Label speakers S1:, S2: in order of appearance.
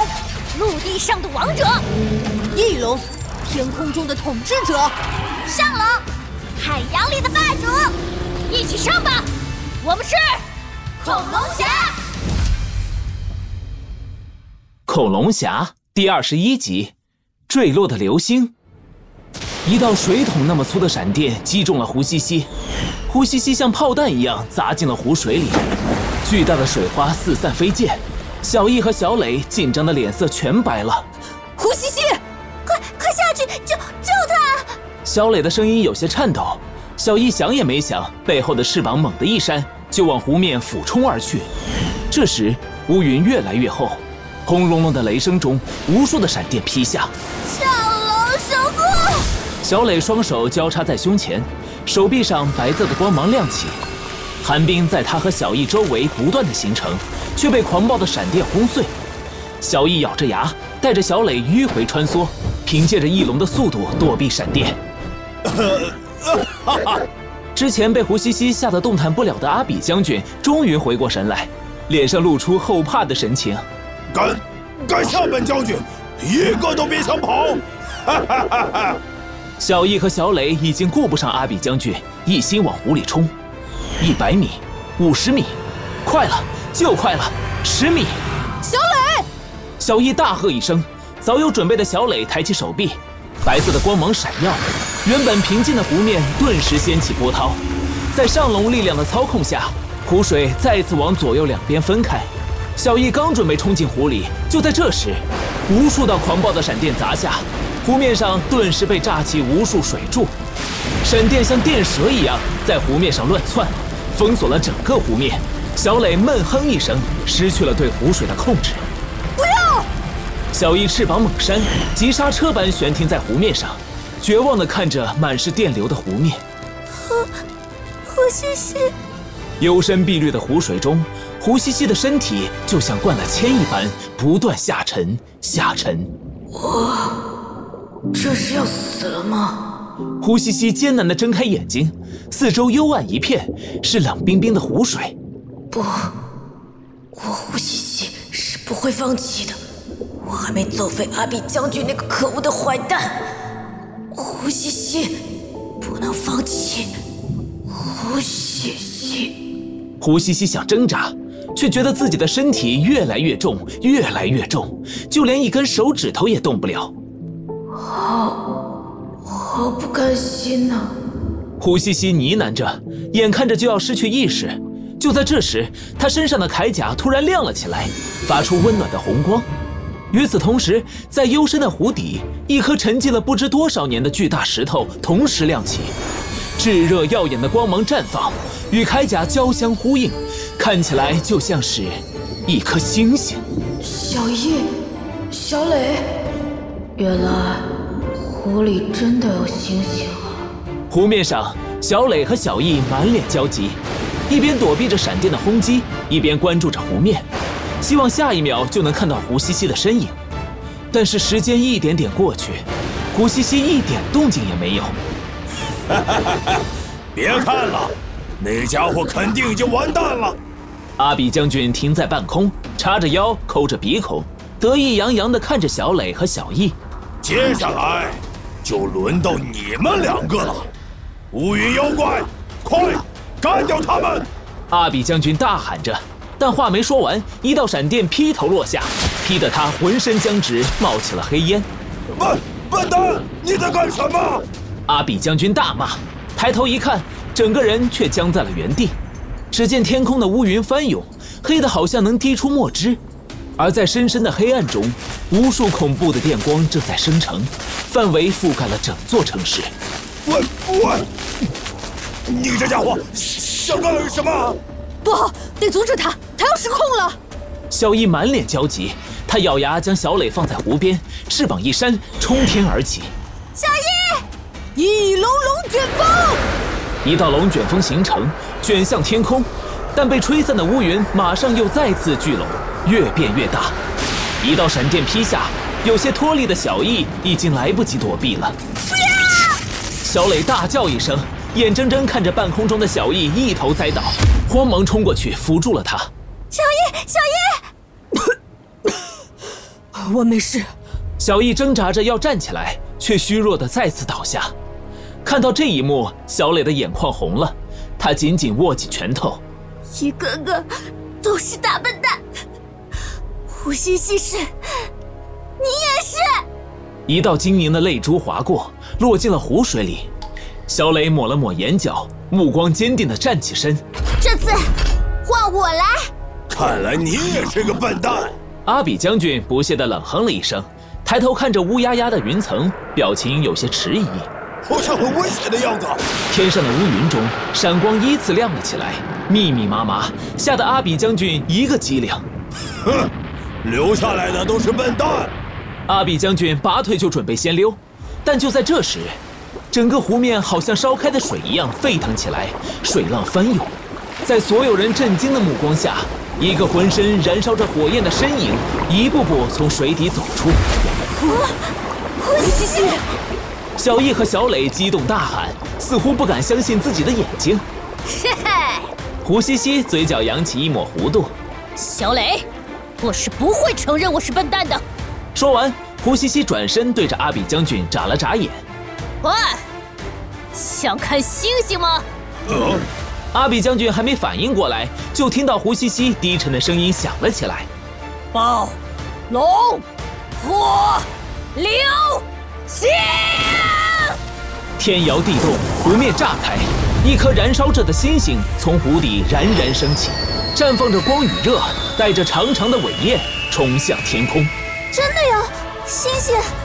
S1: 陆地上的王者；
S2: 翼龙，天空中的统治者；
S1: 上龙，海洋里的霸主。一起上吧，我们是恐龙侠。
S3: 恐龙侠第21集，坠落的流星。一道水桶那么粗的闪电击中了胡西西，胡西西像炮弹一样砸进了湖水里，巨大的水花四散飞溅，小易和小磊紧张的脸色全白了。
S2: 胡西西，
S1: 快下去救他！
S3: 小磊的声音有些颤抖，小易想也没想，背后的翅膀猛地一扇，就往湖面俯冲而去。这时乌云越来越厚，轰隆隆的雷声中，无数的闪电劈下。
S1: 上龙守护！
S3: 小磊双手交叉在胸前，手臂上白色的光芒亮起。寒冰在他和小易周围不断的形成，却被狂暴的闪电轰碎。小易咬着牙，带着小磊迂回穿梭，凭借着翼龙的速度躲避闪电。之前被胡西西吓得动弹不了的阿比将军终于回过神来，脸上露出后怕的神情。
S4: 敢吓本将军，一个都别想跑！
S3: 小易和小磊已经顾不上阿比将军，一心往湖里冲。100米，50米，快了，就快了，10米！
S2: 小磊！
S3: 小易大喝一声，早有准备的小磊抬起手臂，白色的光芒闪耀，原本平静的湖面顿时掀起波涛。在上龙力量的操控下，湖水再次往左右两边分开。小易刚准备冲进湖里，就在这时，无数道狂暴的闪电砸下，湖面上顿时被炸起无数水柱，闪电像电蛇一样在湖面上乱窜，封锁了整个湖面。小磊闷哼一声，失去了对湖水的控制。
S2: 不要！
S3: 小易翅膀猛扇，急刹车般悬停在湖面上，绝望地看着满是电流的湖面。
S1: 胡西西，
S3: 幽深碧绿的湖水中，胡西西的身体就像灌了铅一般，不断下沉，下沉。
S2: 这是要死了吗？
S3: 胡西西艰难地睁开眼睛，四周幽暗一片，是冷冰冰的湖水。
S2: 不，我胡西西是不会放弃的，我还没揍废阿比将军那个可恶的坏蛋。胡西西不能放弃，胡西西。
S3: 胡西西想挣扎，却觉得自己的身体越来越重，越来越重，就连一根手指头也动不了。
S2: 好不甘心呐！
S3: 胡西西呢喃着，眼看着就要失去意识。就在这时，他身上的铠甲突然亮了起来，发出温暖的红光。与此同时，在幽深的湖底，一颗沉寂了不知多少年的巨大石头同时亮起，炙热耀眼的光芒绽放，与铠甲交相呼应，看起来就像是一颗星星。
S2: 小易，小磊，原来湖里真的有星星啊！
S3: 湖面上，小磊和小易满脸焦急，一边躲避着闪电的轰击，一边关注着湖面，希望下一秒就能看到胡西西的身影。但是时间一点点过去，胡西西一点动静也没有。
S4: 别看了，那家伙肯定已经完蛋了。
S3: 阿比将军停在半空，叉着腰，抠着鼻孔，得意洋洋地看着小磊和小易。
S4: 接下来就轮到你们2个了，乌云妖怪，快干掉他们！
S3: 阿比将军大喊着，但话没说完，一道闪电劈头落下，劈得他浑身僵直，冒起了黑烟。
S4: 笨蛋，你在干什么？
S3: 阿比将军大骂，抬头一看，整个人却僵在了原地。只见天空的乌云翻涌，黑得好像能滴出墨汁，而在深深的黑暗中，无数恐怖的电光正在生成，范围覆盖了整座城市。
S4: 喂，你这家伙想干什么？
S2: 不好，得阻止他，他要失控了！
S3: 小易满脸焦急，他咬牙将小磊放在湖边，翅膀一扇，冲天而起。
S1: 小易，
S2: 翼龙龙卷风！
S3: 一道龙卷风形成，卷向天空，但被吹散的乌云马上又再次聚拢，越变越大。一道闪电劈下，有些脱力的小易已经来不及躲避了。
S1: 不要！
S3: 小磊大叫一声，眼睁睁看着半空中的小易一头栽倒，慌忙冲过去扶住了他。
S1: 小易，
S2: 我没事。
S3: 小易挣扎着要站起来，却虚弱的再次倒下。看到这一幕，小磊的眼眶红了，他紧紧握紧拳头。
S2: 一个个都是大笨蛋，胡西西是，你也是。
S3: 一道晶莹的泪珠划过，落进了湖水里。小磊抹了抹眼角，目光坚定地站起身。
S1: 这次换我来。
S4: 看来你也是个笨蛋。
S3: 阿比将军不屑地冷哼了一声，抬头看着乌压压的云层，表情有些迟疑。
S4: 好像很危险的样子。
S3: 天上的乌云中，闪光依次亮了起来，密密麻麻，吓得阿比将军一个机灵。
S4: 哼，留下来的都是笨蛋。
S3: 阿比将军拔腿就准备先溜，但就在这时，整个湖面好像烧开的水一样沸腾起来，水浪翻涌。在所有人震惊的目光下，一个浑身燃烧着火焰的身影一步步从水底走出。
S2: 胡西西！
S3: 小易和小磊激动大喊，似乎不敢相信自己的眼睛。
S1: 嘿嘿，
S3: 胡西西嘴角扬起一抹弧度。
S1: 小磊，我是不会承认我是笨蛋的。
S3: 说完，胡西西转身对着阿比将军眨了眨眼。
S1: 喂，想看星星吗？
S3: 阿比将军还没反应过来，就听到胡西西低沉的声音响了起来：
S1: 暴、龙、火、流、星！
S3: 天摇地动，湖面炸开，一颗燃烧着的星星从湖底冉冉升起，绽放着光与热，带着长长的尾焰冲向天空。
S2: 真的有星星！